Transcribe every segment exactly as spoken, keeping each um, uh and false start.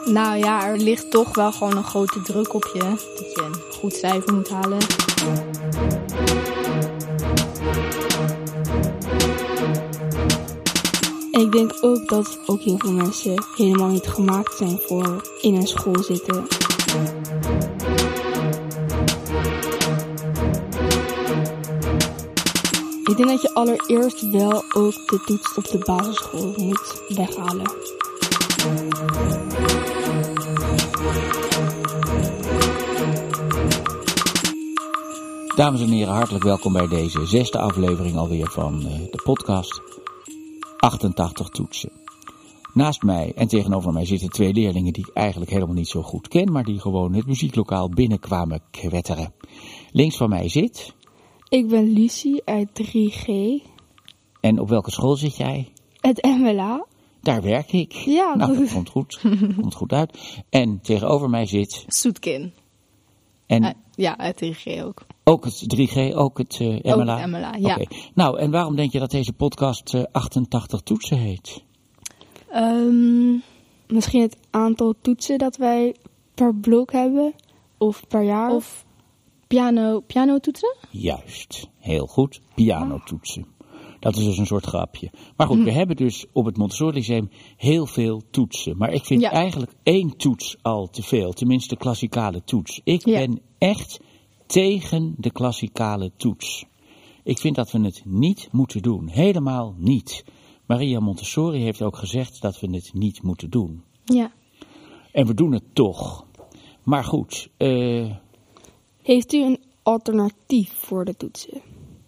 Nou ja, er ligt toch wel gewoon een grote druk op je. Dat je een goed cijfer moet halen. En ik denk ook dat ook heel veel mensen helemaal niet gemaakt zijn voor in een school zitten. Ik denk dat je allereerst wel ook de toets op de basisschool moet weghalen. Dames en heren, hartelijk welkom bij deze zesde aflevering alweer van uh, de podcast achtentachtig toetsen. Naast mij en tegenover mij zitten twee leerlingen die ik eigenlijk helemaal niet zo goed ken, maar die gewoon het muzieklokaal binnenkwamen kwetteren. Links van mij zit... Ik ben Lucie uit drie G. En op welke school zit jij? Het M L A. Daar werk ik. Ja, nou, dat, dat komt goed. komt goed uit. En tegenover mij zit... Soetkin. En... Uh, ja, uit drie G ook. Ook het drie G, ook het uh, M L A? Ook het M L A, ja. Okay. Nou, en waarom denk je dat deze podcast uh, achtentachtig toetsen heet? Um, misschien het aantal toetsen dat wij per blok hebben. Of per jaar. Of piano, piano toetsen? Juist, heel goed. Piano toetsen. Dat is dus een soort grapje. Maar goed, hm. we hebben dus op het Montessori Lyceum heel veel toetsen. Maar ik vind ja. eigenlijk één toets al te veel. Tenminste, de klassikale toets. Ik ja. ben echt tegen de klassikale toets. Ik vind dat we het niet moeten doen. Helemaal niet. Maria Montessori heeft ook gezegd dat we het niet moeten doen. Ja. En we doen het toch. Maar goed. Uh... Heeft u een alternatief voor de toetsen?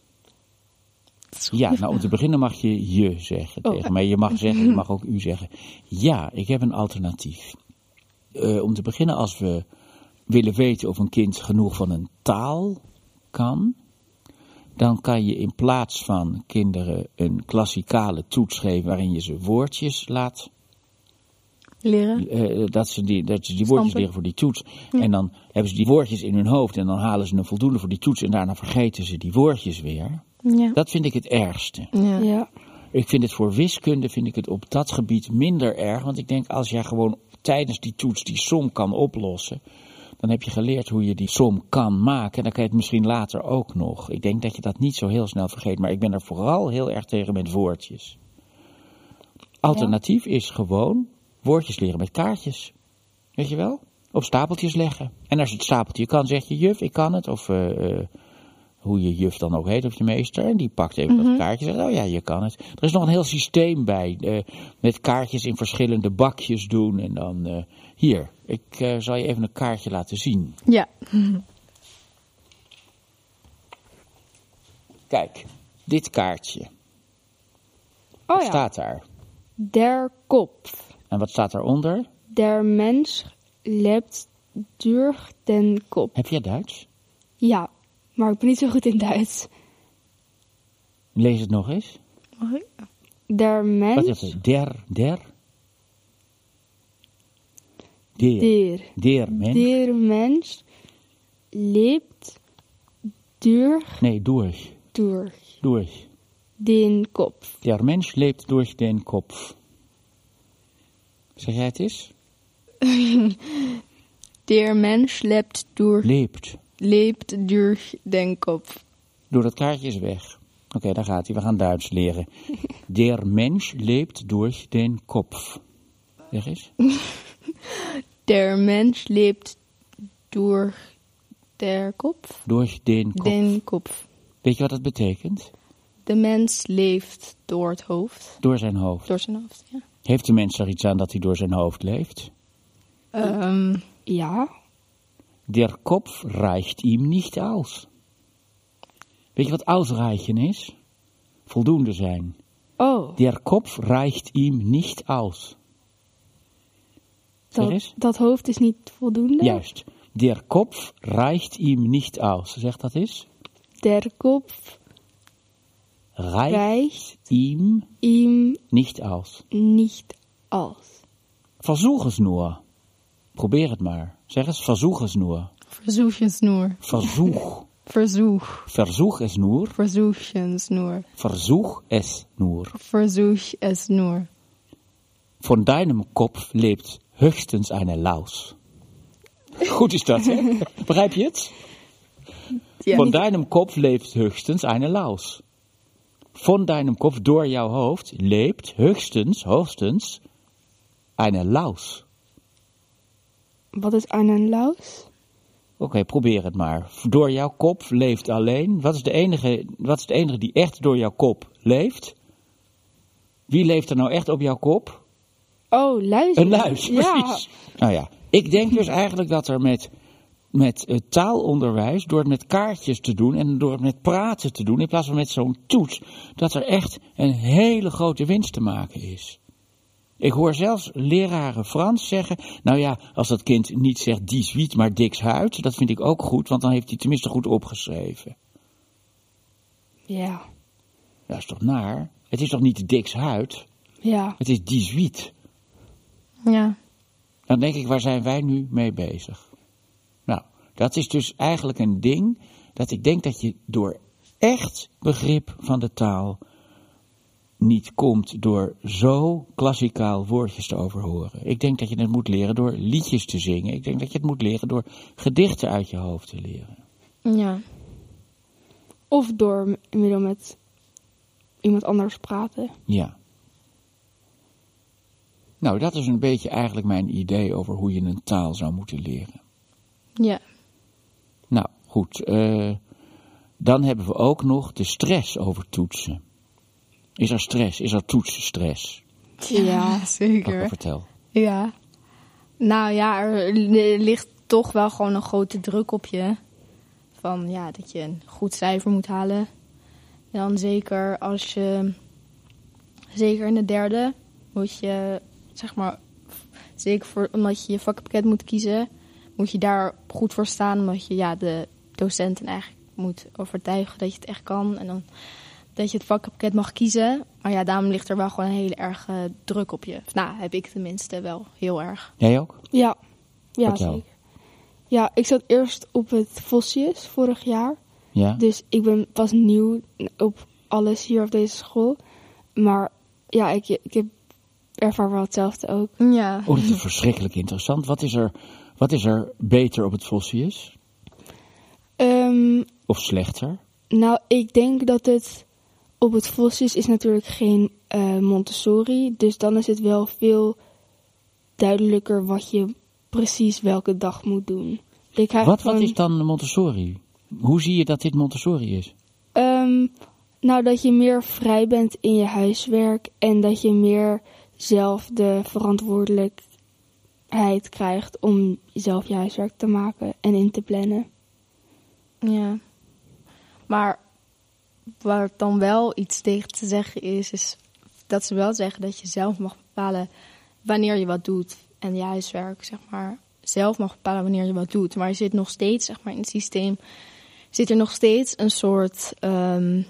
Ja, nou om te beginnen mag je je zeggen oh. tegen mij. Je mag zeggen, je mag ook u zeggen. Ja, ik heb een alternatief. Uh, om te beginnen, als we willen weten of een kind genoeg van een taal kan, dan kan je in plaats van kinderen een klassikale toets geven waarin je ze woordjes laat leren. Uh, dat ze die, dat ze die woordjes Stampen. leren voor die toets. Ja. En dan hebben ze die woordjes in hun hoofd en dan halen ze een voldoende voor die toets en daarna vergeten ze die woordjes weer. Ja. Dat vind ik het ergste. Ja. Ja. Ik vind het voor wiskunde, vind ik het op dat gebied minder erg. Want ik denk, als jij gewoon tijdens die toets die som kan oplossen, dan heb je geleerd hoe je die som kan maken. En dan kan je het misschien later ook nog. Ik denk dat je dat niet zo heel snel vergeet. Maar ik ben er vooral heel erg tegen met woordjes. Alternatief ja. is gewoon woordjes leren met kaartjes. Weet je wel? Op stapeltjes leggen. En als je het stapeltje kan, zeg je juf, ik kan het. Of uh, uh, hoe je juf dan ook heet, of je meester. En die pakt even mm-hmm. dat kaartje en zegt, oh ja, je kan het. Er is nog een heel systeem bij. Uh, met kaartjes in verschillende bakjes doen. En dan, uh, hier, ik uh, zal je even een kaartje laten zien. Ja. Kijk, dit kaartje. Oh wat ja. staat daar? Der Kopf. En wat staat daaronder? Der Mensch lebt durch den Kopf. Heb jij Duits? Ja, maar ik ben niet zo goed in Duits. Lees het nog eens. Mag ik? Der Mensch... Wat is het? Der, der? Der. Der. Der Mensch. Der Mensch lebt durch... Nee, durch. Durch. Durch. Den Kopf. Der Mensch lebt durch den Kopf. Zeg jij het eens? Der Mensch lebt durch... Lebt. Lebt durch den Kopf. Door dat kaartje is weg. Oké, okay, daar gaat hij. We gaan Duits leren. Der Mensch lebt durch den Kopf. Zeg eens. Der Mensch lebt durch der Kopf. Durch den Kopf. Den Kopf. Weet je wat dat betekent? De mens leeft door het hoofd. Door zijn hoofd. Door zijn hoofd, ja. Heeft de mens er iets aan dat hij door zijn hoofd leeft? Um, ja. Der Kopf reicht ihm nicht aus. Weet je wat ausreichen is? Voldoende zijn. Oh. Der Kopf reicht ihm nicht aus. Dat, dat hoofd is niet voldoende? Juist. Der Kopf reicht ihm nicht aus. Zeg dat eens. Der Kopf reicht, reicht ihm, ihm nicht aus. Nicht aus. Versuch es nur. Probeer het maar. Zeg eens, versuch es nur. Versuch es nur. Versuch. Versuch. Versuch es nur. Versuch es nur. Versuch es nur. Versuch es nur. Von deinem Kopf lebt höchstens eine Laus. Goed is dat, hè? Begrijp je het? Ja, Von niet- deinem Kopf leeft höchstens eine Laus. Von deinem Kopf, door jouw hoofd, leeft höchstens, hoogstens, eine Laus. Wat is een laus? Oké, okay, probeer het maar. Door jouw kop leeft alleen. Wat is, de enige, wat is de enige die echt door jouw kop leeft? Wie leeft er nou echt op jouw kop? Oh, luis. Een luis, Ja. precies. Nou ja, ik denk dus eigenlijk dat er met, met uh, taalonderwijs, door het met kaartjes te doen en door het met praten te doen, in plaats van met zo'n toets, dat er echt een hele grote winst te maken is. Ik hoor zelfs leraren Frans zeggen, nou ja, als dat kind niet zegt dix-huit, maar dikshuid, dat vind ik ook goed, want dan heeft hij tenminste goed opgeschreven. Ja. Dat is toch naar? Het is toch niet dikshuid? Ja. Het is dix-huit. Ja. Dan denk ik, waar zijn wij nu mee bezig? Nou, dat is dus eigenlijk een ding dat ik denk dat je door echt begrip van de taal niet komt door zo klassikaal woordjes te overhoren. Ik denk dat je het moet leren door liedjes te zingen. Ik denk dat je het moet leren door gedichten uit je hoofd te leren. Ja. Of door middel met iemand anders praten. Ja. Nou, dat is een beetje eigenlijk mijn idee over hoe je een taal zou moeten leren. Ja. Nou, goed. Uh, dan hebben we ook nog de stress over toetsen. Is er stress? Is er toetsstress? Ja, zeker. Akka, vertel. Ja. Nou ja, er ligt toch wel gewoon een grote druk op je. Van ja, dat je een goed cijfer moet halen. En dan zeker als je, zeker in de derde, moet je, zeg maar, zeker voor, omdat je je vakkenpakket moet kiezen, moet je daar goed voor staan. Omdat je ja, de docenten eigenlijk moet overtuigen dat je het echt kan. En dan dat je het vakkenpakket mag kiezen. Maar ja, daarom ligt er wel gewoon een hele erge druk op je. Of, nou, heb ik tenminste wel heel erg. Jij ook? Ja. Ja, Vertel. zeker. Ja, ik zat eerst op het Vossius vorig jaar. Ja? Dus ik ben pas nieuw op alles hier op deze school. Maar ja, ik, ik heb ervaar wel hetzelfde ook. Ja. Oh, dat is verschrikkelijk interessant. Wat is er, wat is er beter op het Vossius? Um, Of slechter? nou, ik denk dat het op het Vossius is natuurlijk geen uh, Montessori. Dus dan is het wel veel duidelijker wat je precies welke dag moet doen. Ik krijg Wat, gewoon, wat is dan Montessori? Hoe zie je dat dit Montessori is? Um, nou, dat je meer vrij bent in je huiswerk en dat je meer zelf de verantwoordelijkheid krijgt om zelf je huiswerk te maken en in te plannen. Ja. Maar waar dan wel iets tegen te zeggen is, is dat ze wel zeggen dat je zelf mag bepalen wanneer je wat doet. En je huiswerk, zeg maar, zelf mag bepalen wanneer je wat doet. Maar je zit nog steeds, zeg maar, in het systeem, zit er nog steeds een soort, um,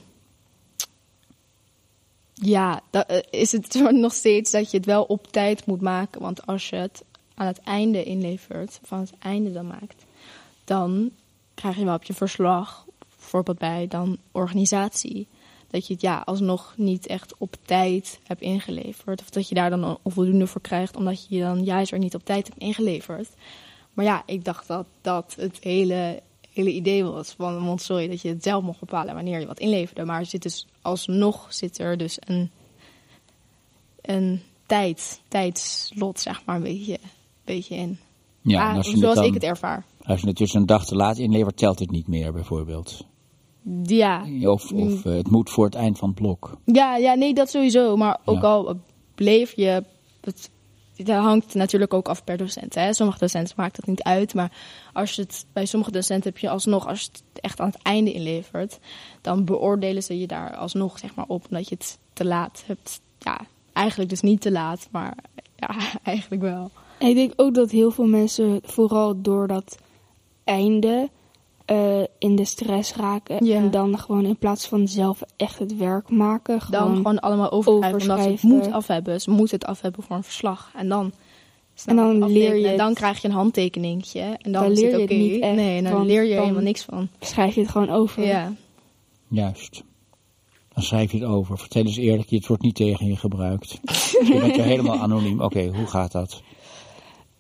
ja, dat, is het nog steeds dat je het wel op tijd moet maken. Want als je het aan het einde inlevert, van het einde dan maakt, dan krijg je wel op je verslag, bijvoorbeeld bij dan organisatie, dat je het ja alsnog niet echt op tijd hebt ingeleverd. Of dat je daar dan onvoldoende voor krijgt, omdat je dan juist er niet op tijd hebt ingeleverd. Maar ja, ik dacht dat dat het hele, hele idee was van Montessori, dat je het zelf mocht bepalen wanneer je wat inleverde. Maar er zit dus alsnog zit er dus een, een tijd, tijdslot, zeg maar, een beetje, beetje in. Ja, ah, als je zoals het dan, ik het ervaar. Als je het dus een dag te laat inlevert, telt het niet meer bijvoorbeeld. Ja. Of, of uh, het moet voor het eind van het blok. Ja, ja, nee, dat sowieso. Maar ook Ja. al bleef je... Het, het hangt natuurlijk ook af per docent. Hè. Sommige docenten maakt dat niet uit. Maar als je het, bij sommige docenten heb je alsnog... Als je het echt aan het einde inlevert... Dan beoordelen ze je daar alsnog, zeg maar, op. Omdat je het te laat hebt. Ja, eigenlijk dus niet te laat. Maar ja, eigenlijk wel. En ik denk ook dat heel veel mensen vooral door dat einde uh, in de stress raken. Ja. En dan gewoon in plaats van zelf echt het werk maken. Gewoon Dan gewoon allemaal overschrijven. Omdat ze het overschrijven. moet af hebben. Ze moeten het af hebben voor een verslag. En dan... En dan aftekenen. leer je En dan het. krijg je een handtekeningetje. En dan, Dan is leer het je oké. het niet echt, Nee, en dan want leer je dan- helemaal niks van. Schrijf je het gewoon over. Ja. Juist. Dan schrijf je het over. Vertel eens eerlijk, het wordt niet tegen je gebruikt. Je bent er helemaal anoniem. Oké, okay, hoe gaat dat?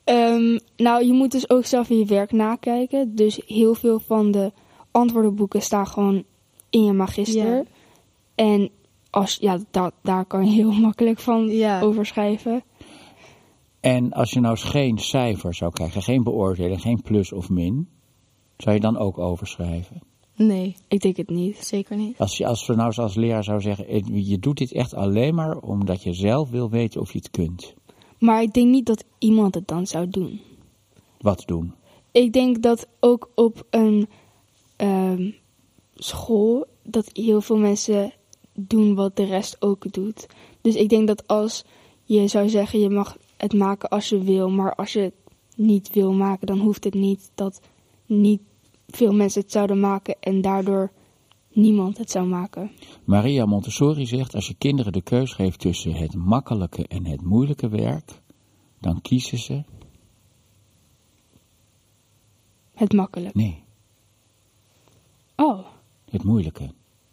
Um, nou, je moet dus ook zelf in je werk nakijken. Dus heel veel van de antwoordenboeken staan gewoon in je magister. Ja. En als, ja, daar, daar kan je heel makkelijk van Ja. overschrijven. En als je nou eens geen cijfer zou krijgen, geen beoordeling, geen plus of min, zou je dan ook overschrijven? Nee, Ik denk het niet. zeker niet. Als je als we nou als leraar zou zeggen, je doet dit echt alleen maar omdat je zelf wil weten of je het kunt. Maar ik denk niet dat iemand het dan zou doen. Wat doen? Ik denk dat ook op een um, school dat heel veel mensen doen wat de rest ook doet. Dus ik denk dat als je zou zeggen, je mag het maken als je wil, maar als je het niet wil maken, dan hoeft het niet dat niet veel mensen het zouden maken en daardoor niemand het zou maken. Maria Montessori zegt, als je kinderen de keus geeft tussen het makkelijke en het moeilijke werk, dan kiezen ze... Het makkelijk. Nee, Oh, het moeilijke.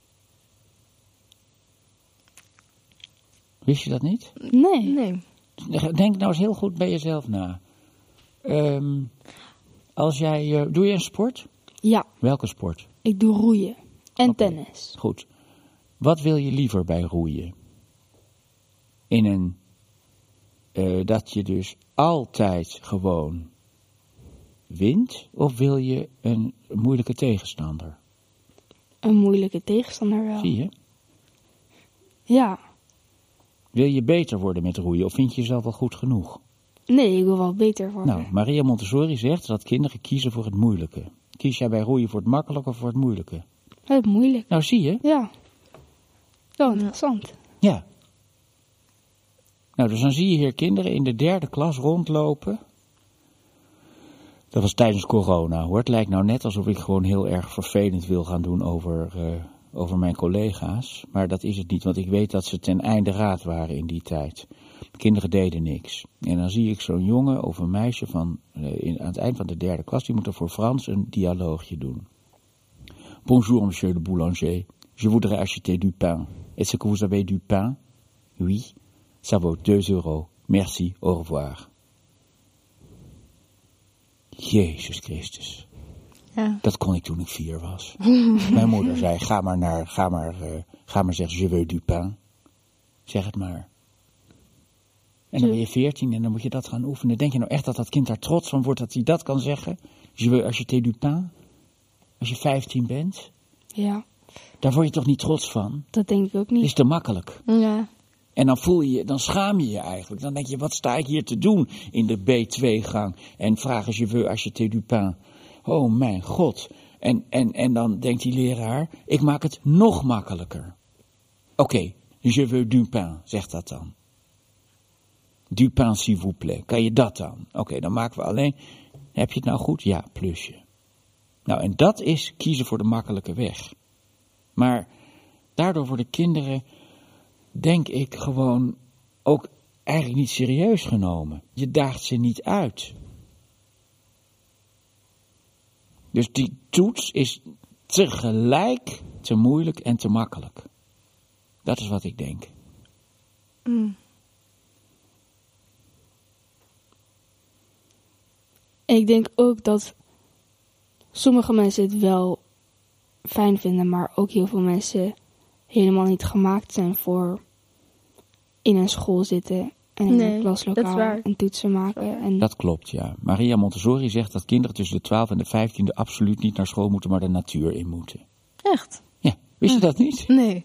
Wist je dat niet? nee. Nee. Denk nou eens heel goed bij jezelf na. Um, als jij, uh, doe je een sport? Ja, Welke sport? ik doe roeien en Oké. tennis. Goed. Wat wil je liever bij roeien? In een, uh, dat je dus altijd gewoon wint? Of wil je een moeilijke tegenstander? Een moeilijke tegenstander wel. Zie je? Ja. Wil je beter worden met roeien of vind je jezelf wel goed genoeg? Nee, ik wil wel beter worden. Nou, Maria Montessori zegt dat kinderen kiezen voor het moeilijke. Kies jij bij roeien voor het makkelijke of voor het moeilijke? Dat is moeilijk. Nou, zie je? Ja. Wel interessant. Ja. Nou, dus dan zie je hier kinderen in de derde klas rondlopen. Dat was tijdens corona, hoor. Het lijkt nou net alsof ik gewoon heel erg vervelend wil gaan doen over, uh, over mijn collega's. Maar dat is het niet, want ik weet dat ze ten einde raad waren in die tijd. De kinderen deden niks. En dan zie ik zo'n jongen of een meisje van, uh, in, aan het eind van de derde klas, die moet er voor Frans een dialoogje doen. Bonjour, monsieur le boulanger. Je voudrais acheter du pain. Est-ce que vous avez du pain? Oui. Ça vaut deux euros. Merci, au revoir. Jezus Christus. Ja. Dat kon ik toen ik vier was. Mijn moeder zei, ga maar naar, ga maar, uh, ga maar zeggen, je veux du pain. Zeg het maar. En dan ben je veertien en dan moet je dat gaan oefenen. Denk je nou echt dat dat kind daar trots van wordt dat hij dat kan zeggen? Je veux acheter du pain? Als je vijftien bent? Ja, Daar word je toch niet trots van? dat denk ik ook Het is niet. te makkelijk. Ja. En dan voel je je, dan schaam je je eigenlijk. Dan denk je, wat sta ik hier te doen in de B twee gang? En vragen je veux acheter du pain. Oh mijn god. En, en, en dan denkt die leraar, ik maak het nog makkelijker. Oké, okay, je veux du pain, zegt dat dan. Du pain s'il vous plaît. Kan je dat dan? Oké, okay, dan maken we alleen, heb je het nou goed? Ja, plusje. Nou, en dat is kiezen voor de makkelijke weg. Maar daardoor worden kinderen, denk ik, gewoon ook eigenlijk niet serieus genomen. Je daagt ze niet uit. Dus die toets is tegelijk te moeilijk en te makkelijk. Dat is wat ik denk. Mm. En ik denk ook dat sommige mensen het wel fijn vinden, maar ook heel veel mensen helemaal niet gemaakt zijn voor in een school zitten en in Nee, een dat is klaslokaal waar. en toetsen maken. En Dat klopt, ja. Maria Montessori zegt dat kinderen tussen de twaalf en de vijftiende absoluut niet naar school moeten, maar de natuur in moeten. Echt? Ja, wist je dat niet? Nee.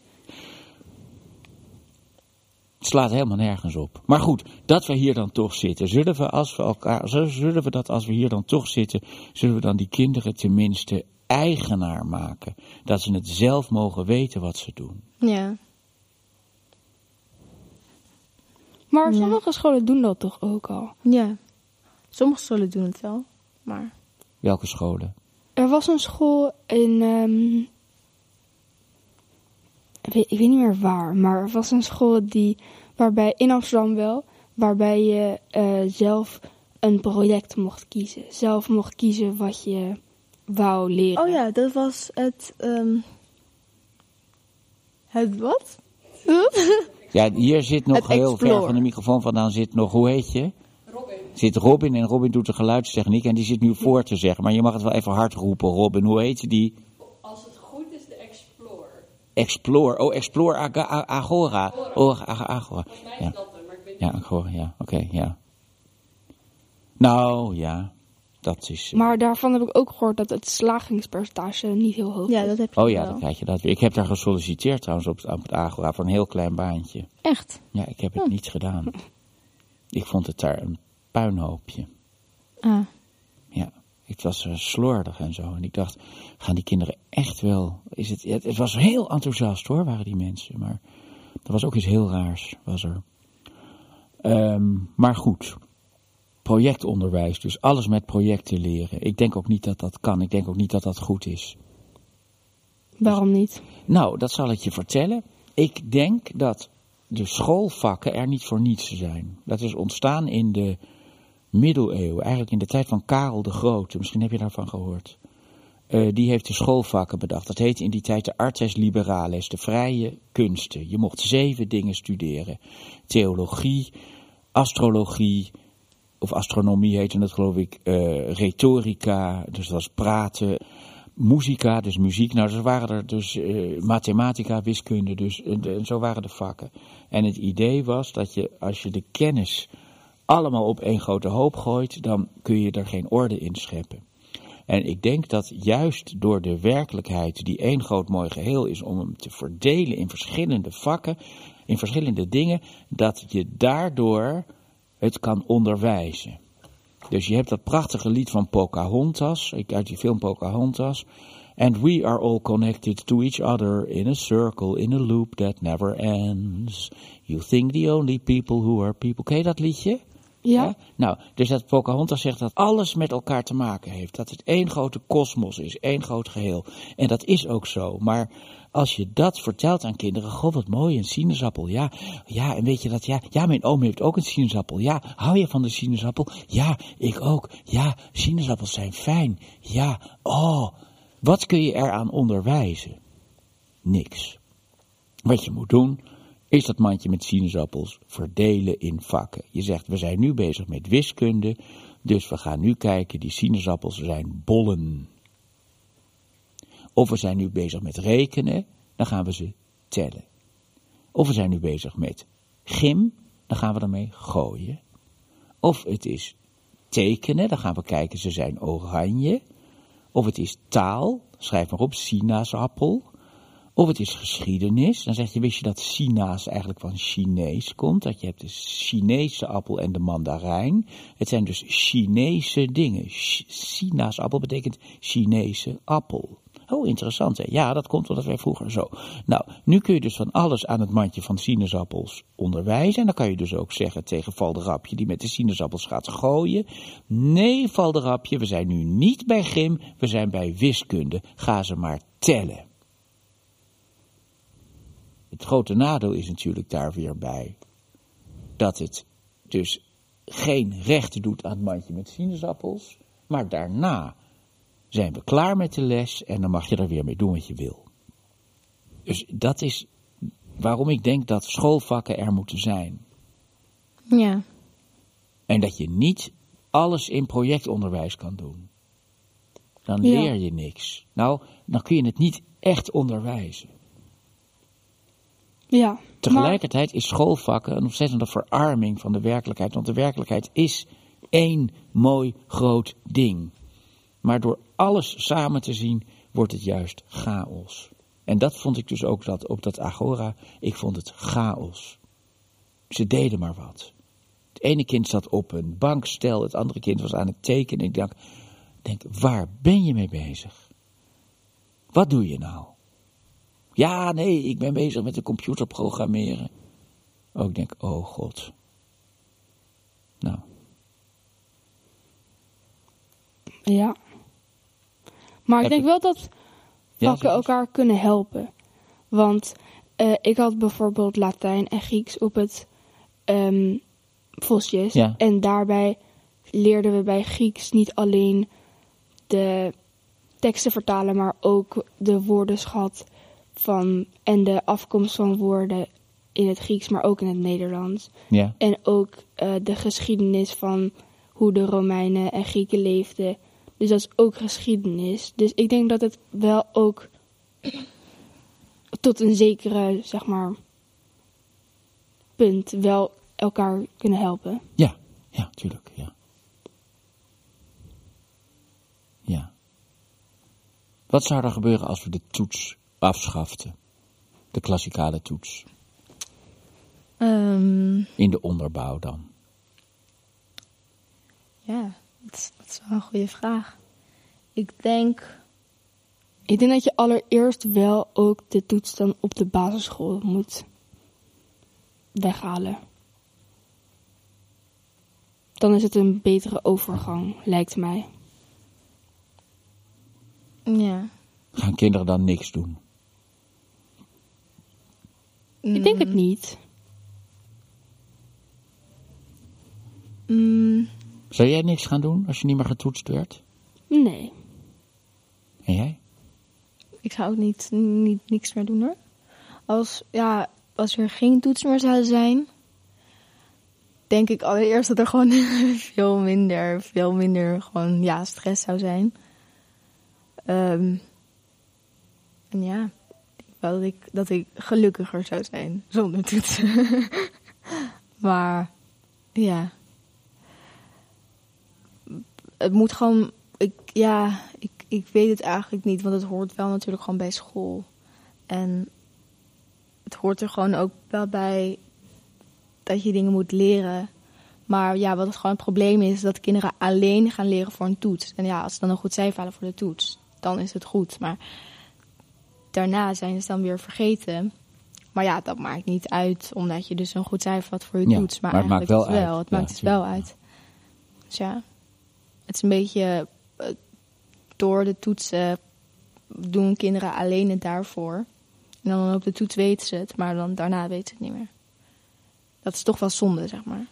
Het slaat helemaal nergens op. Maar goed, dat we hier dan toch zitten. Zullen we, als we elkaar, zullen we dat als we hier dan toch zitten, zullen we dan die kinderen tenminste eigenaar maken? Dat ze het zelf mogen weten wat ze doen. Ja. Maar Ja. sommige scholen doen dat toch ook al. Ja. Sommige scholen doen het wel, maar... Welke scholen? Er was een school in, ehm, ik, weet, ik weet niet meer waar, maar er was een school die, waarbij, in Amsterdam wel, waarbij je eh, zelf een project mocht kiezen. Zelf mocht kiezen wat je wou leren. Oh ja, dat was het... Um... Het wat? Ja, hier zit nog Het heel ver Explore. van de microfoon vandaan zit nog, hoe heet je? Robin. zit Robin en Robin doet de geluidstechniek en die zit nu voor te zeggen. Maar je mag het wel even hard roepen, Robin. Hoe heet die? Als het goed is, de Explorer. Explore. Oh, Explore Aga- A- Agora. Oh, Aga- Agora. Volgens mij is Ja, dat hem, maar ik weet ja, niet. Agora, ja. Oké, okay, ja. Nou, ja. Dat is... Uh... Maar daarvan heb ik ook gehoord dat het slagingspercentage niet heel hoog is. Ja, dat heb je Oh ja, wel. dan krijg je dat weer. Ik heb daar gesolliciteerd trouwens op, op het Agora voor een heel klein baantje. Echt? Ja, ik heb het Hm. niet gedaan. Ik vond het daar een puinhoopje. Ah. Ja, het was uh, slordig en zo. En ik dacht, gaan die kinderen echt wel... Is het, het, het was heel enthousiast hoor, waren die mensen. Maar er was ook iets heel raars, was er. Um, maar goed, projectonderwijs. Dus alles met projecten leren. Ik denk ook niet dat dat kan. Ik denk ook niet dat dat goed is. Waarom niet? Nou, dat zal ik je vertellen. Ik denk dat de schoolvakken er niet voor niets zijn. Dat is ontstaan in de middeleeuwen, eigenlijk in de tijd van Karel de Grote. Misschien heb je daarvan gehoord. Uh, die heeft de schoolvakken bedacht. Dat heette in die tijd de artes liberales, de vrije kunsten. Je mocht zeven dingen studeren. Theologie, astrologie, of astronomie heette dat geloof ik, uh, retorica, dus dat was praten, musica, dus muziek. Nou, dus waren er dus uh, mathematica, wiskunde, dus uh, de, zo waren de vakken. En het idee was dat je, als je de kennis allemaal op één grote hoop gooit, dan kun je er geen orde in scheppen. En ik denk dat juist door de werkelijkheid die één groot mooi geheel is, om hem te verdelen in verschillende vakken, in verschillende dingen, dat je daardoor het kan onderwijzen. Dus je hebt dat prachtige lied van Pocahontas, uit die film Pocahontas. And we are all connected to each other in a circle, in a loop that never ends. You think the only people who are people. Ken je dat liedje? Ja. Ja? Nou, dus dat Pocahontas zegt dat alles met elkaar te maken heeft. Dat het één grote kosmos is, één groot geheel. En dat is ook zo. Maar als je dat vertelt aan kinderen, goh, wat mooi, een sinaasappel. Ja, ja, en weet je dat, ja, ja, mijn oom heeft ook een sinaasappel. Ja, hou je van de sinaasappel? Ja, ik ook. Ja, sinaasappels zijn fijn. Ja, oh, wat kun je eraan onderwijzen? Niks. Wat je moet doen, is dat mandje met sinaasappels verdelen in vakken. Je zegt, we zijn nu bezig met wiskunde, dus we gaan nu kijken, die sinaasappels zijn bollen. Of we zijn nu bezig met rekenen, dan gaan we ze tellen. Of we zijn nu bezig met gym, dan gaan we ermee gooien. Of het is tekenen, dan gaan we kijken, ze zijn oranje. Of het is taal, schrijf maar op, sinaasappel. Of het is geschiedenis, dan zeg je, wist je dat sinaas eigenlijk van Chinees komt? Dat je hebt de Chinese appel en de mandarijn. Het zijn dus Chinese dingen. Sinaasappel betekent Chinese appel. Oh, interessant hè. Ja, dat komt omdat wij vroeger zo. Nou, nu kun je dus van alles aan het mandje van sinaasappels onderwijzen. En dan kan je dus ook zeggen tegen Valderapje die met de sinaasappels gaat gooien. Nee, Valderapje, we zijn nu niet bij gym, we zijn bij wiskunde. Ga ze maar tellen. Het grote nadeel is natuurlijk daar weer bij dat het dus geen recht doet aan het mandje met sinaasappels, maar daarna zijn we klaar met de les en dan mag je er weer mee doen wat je wil. Dus dat is waarom ik denk dat schoolvakken er moeten zijn. Ja. En dat je niet alles in projectonderwijs kan doen. Dan Ja. leer je niks. Nou, dan kun je het niet echt onderwijzen. Ja. Tegelijkertijd is schoolvakken een ontzettende verarming van de werkelijkheid. Want de werkelijkheid is één mooi groot ding. Maar door alles samen te zien, wordt het juist chaos. En dat vond ik dus ook dat, op dat Agora. Ik vond het chaos. Ze deden maar wat. Het ene kind zat op een bankstel, het andere kind was aan het tekenen. Ik dacht, denk, waar ben je mee bezig? Wat doe je nou? Ja, nee, ik ben bezig met de computer programmeren. Oh, ik denk, oh god. Nou. Ja. Maar ik Heb denk je- wel dat Ja, vakken zeg eens. elkaar kunnen helpen. Want eh, ik had bijvoorbeeld Latijn en Grieks op het ehm Vosjes. Ja. En daarbij leerden we bij Grieks niet alleen de teksten vertalen, maar ook de woordenschat van en de afkomst van woorden in het Grieks, maar ook in het Nederlands. Ja, En ook eh, de geschiedenis van hoe de Romeinen en Grieken leefden. Dus dat is ook geschiedenis. Dus ik denk dat het wel ook tot een zekere, zeg maar, punt wel elkaar kunnen helpen. Ja, ja, tuurlijk, ja. Ja. Wat zou er gebeuren als we de toets afschaften? De klassikale toets. Um, In de onderbouw dan. Ja, dat is, dat is wel een goede vraag. Ik denk... Ik denk dat je allereerst wel ook de toets dan op de basisschool moet weghalen. Dan is het een betere overgang, lijkt mij. Ja. Gaan kinderen dan niks doen? Ik denk het niet. Mm, Zou jij niks gaan doen als je niet meer getoetst werd? Nee. En jij? ik zou ook niet, niet niks meer doen hoor. Als, ja, als er geen toets meer zouden zijn, denk ik allereerst dat er gewoon veel minder, veel minder gewoon, ja, stress zou zijn. Um, en ja, ik denk wel dat ik, dat ik gelukkiger zou zijn zonder toetsen. Maar ja, het moet gewoon, ik, ja, ik, ik weet het eigenlijk niet, want het hoort wel natuurlijk gewoon bij school. En het hoort er gewoon ook wel bij dat je dingen moet leren. Maar ja, wat het gewoon het probleem is, is dat kinderen alleen gaan leren voor een toets. En ja, als ze dan een goed cijfer halen voor de toets, dan is het goed. Maar daarna zijn ze dan weer vergeten. Maar ja, dat maakt niet uit, omdat je dus een goed cijfer had voor je Ja, toets. Maar, maar het maakt wel eigenlijk uit. Het Ja, maakt dus wel uit. Dus ja, het is een beetje, uh, door de toetsen doen kinderen alleen het daarvoor. En dan op de toets weten ze het, maar dan daarna weten ze het niet meer. Dat is toch wel zonde, zeg maar.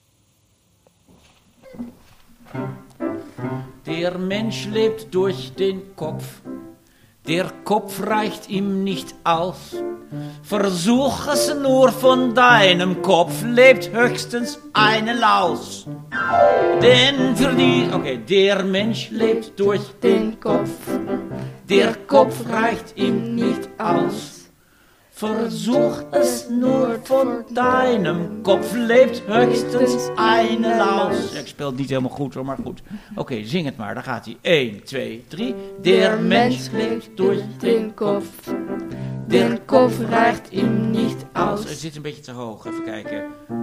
Der Mensch lebt durch den Kopf. Der Kopf reicht ihm nicht aus. Versuch es nur von deinem Kopf, lebt höchstens eine Laus. Denn für die, okay, der Mensch lebt durch den Kopf. Der Kopf reicht ihm nicht aus. Versuch es nur von deinem Kopf, lebt höchstens eine Laus. Ja, ik speel het niet helemaal goed hoor, maar goed. Oké, okay, zing het maar, daar gaat hij. één, twee, drie. Der Mensch lebt durch den Kopf. Der Kopf reicht ihm nicht aus. Het zit een beetje te hoog, even kijken.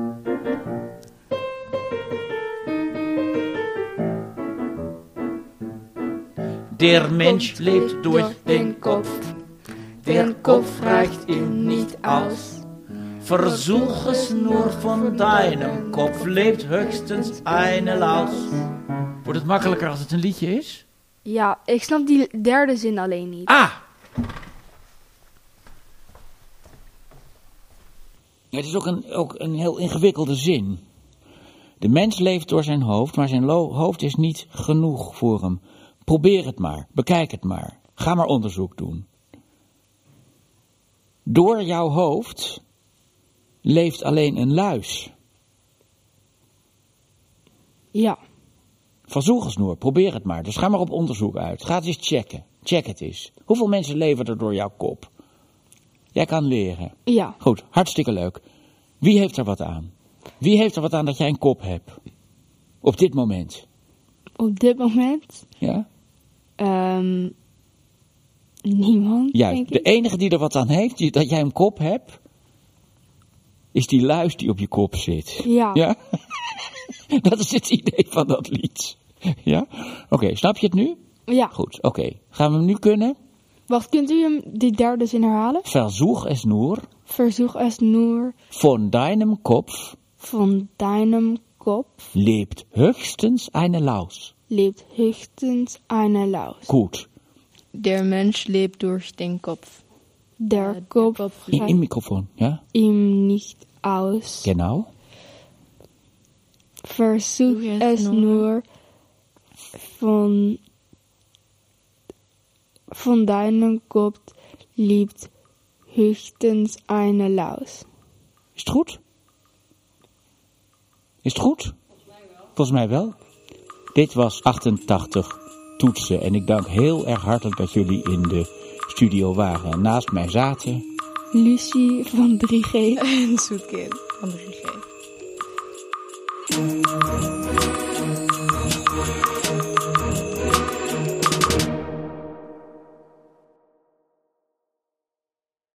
Der Mensch lebt durch den Kopf. Der Kopf reicht ihm nicht aus. Versuch es nur von deinem Kopf, lebt höchstens eine Laus. Wordt het makkelijker als het een liedje is? Ja, ik snap die derde zin alleen niet. Ah! Het is ook een, ook een heel ingewikkelde zin. De mens leeft door zijn hoofd, maar zijn lo- hoofd is niet genoeg voor hem. Probeer het maar, bekijk het maar. Ga maar onderzoek doen. Door jouw hoofd leeft alleen een luis. Ja. Verzoekensnoer, probeer het maar. Dus ga maar op onderzoek uit. Ga het eens checken. Check het eens. Hoeveel mensen leven er door jouw kop? Jij kan leren. Ja. Goed, hartstikke leuk. Wie heeft er wat aan? Wie heeft er wat aan dat jij een kop hebt? Op dit moment. Op dit moment? Ja? Um, niemand, Juist, denk de ik. enige die er wat aan heeft, die, dat jij een kop hebt, is die luis die op je kop zit. Ja. Ja? Dat is het idee van dat lied. Ja? Oké, okay, snap je het nu? Ja. Goed, oké. Okay. Gaan we hem nu kunnen? Wacht, kunt u hem die derde zin herhalen? Versuch es nur. Versuch es nur. Von deinem Kopf. Von deinem Kopf. Lebt höchstens eine Laus. Lebt höchstens eine Laus. Gut. Der Mensch lebt durch den Kopf. Der Ja, Kopf der Kopf In, Im Mikrofon, ja? ihm nicht aus. Genau. Versuch Doe je het es nog? nur von, von deinem Kopf lebt höchstens eine Laus. Is het goed? Is het goed? Volgens mij wel. Dit was achtentachtig toetsen. En ik dank heel erg hartelijk dat jullie in de studio waren. En naast mij zaten... Lucie van drie G. En Zoetkind van drie G.